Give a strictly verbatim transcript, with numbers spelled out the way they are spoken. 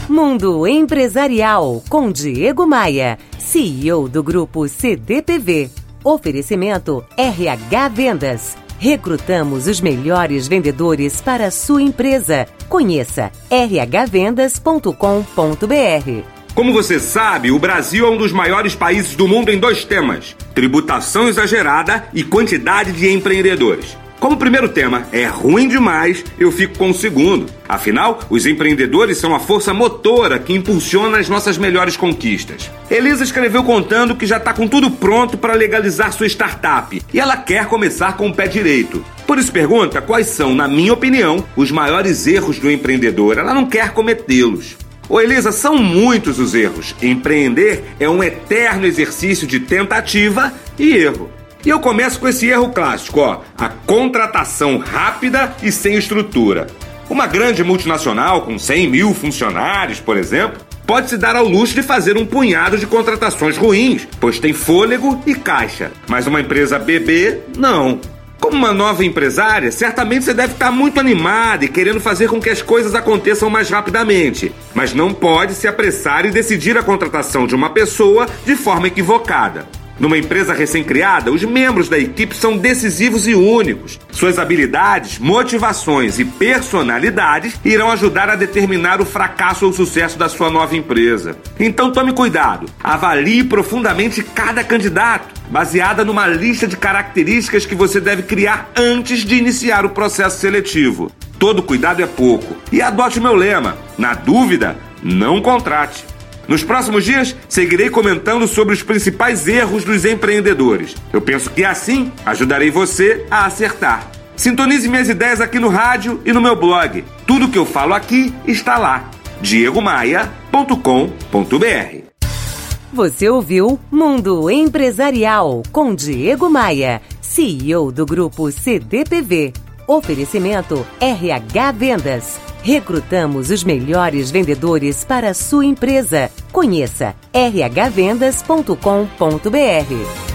Mundo Empresarial com Diego Maia, C E O do Grupo C D P V. Oferecimento R H Vendas. Recrutamos os melhores vendedores para a sua empresa. Conheça r h vendas ponto com ponto b r. Como você sabe, o Brasil é um dos maiores países do mundo em dois temas: tributação exagerada e quantidade de empreendedores. Como o primeiro tema é ruim demais, eu fico com o segundo. Afinal, os empreendedores são a força motora que impulsiona as nossas melhores conquistas. Elisa escreveu contando que já está com tudo pronto para legalizar sua startup e ela quer começar com o pé direito. Por isso pergunta quais são, na minha opinião, os maiores erros do empreendedor. Ela não quer cometê-los. Ô Elisa, são muitos os erros. Empreender é um eterno exercício de tentativa e erro. E eu começo com esse erro clássico, ó, a contratação rápida e sem estrutura. Uma grande multinacional com cem mil funcionários, por exemplo, pode se dar ao luxo de fazer um punhado de contratações ruins, pois tem fôlego e caixa. Mas uma empresa bebê, não. Como uma nova empresária, certamente você deve estar muito animada e querendo fazer com que as coisas aconteçam mais rapidamente. Mas não pode se apressar e decidir a contratação de uma pessoa de forma equivocada. Numa empresa recém-criada, os membros da equipe são decisivos e únicos. Suas habilidades, motivações e personalidades irão ajudar a determinar o fracasso ou o sucesso da sua nova empresa. Então tome cuidado, avalie profundamente cada candidato, baseada numa lista de características que você deve criar antes de iniciar o processo seletivo. Todo cuidado é pouco. E adote meu lema: na dúvida, não contrate. Nos próximos dias, seguirei comentando sobre os principais erros dos empreendedores. Eu penso que assim ajudarei você a acertar. Sintonize minhas ideias aqui no rádio e no meu blog. Tudo que eu falo aqui está lá. diego maia ponto com ponto b r. Você ouviu Mundo Empresarial com Diego Maia, C E O do Grupo C D P V. Oferecimento R H Vendas. Recrutamos os melhores vendedores para a sua empresa. Conheça r h vendas ponto com ponto b r.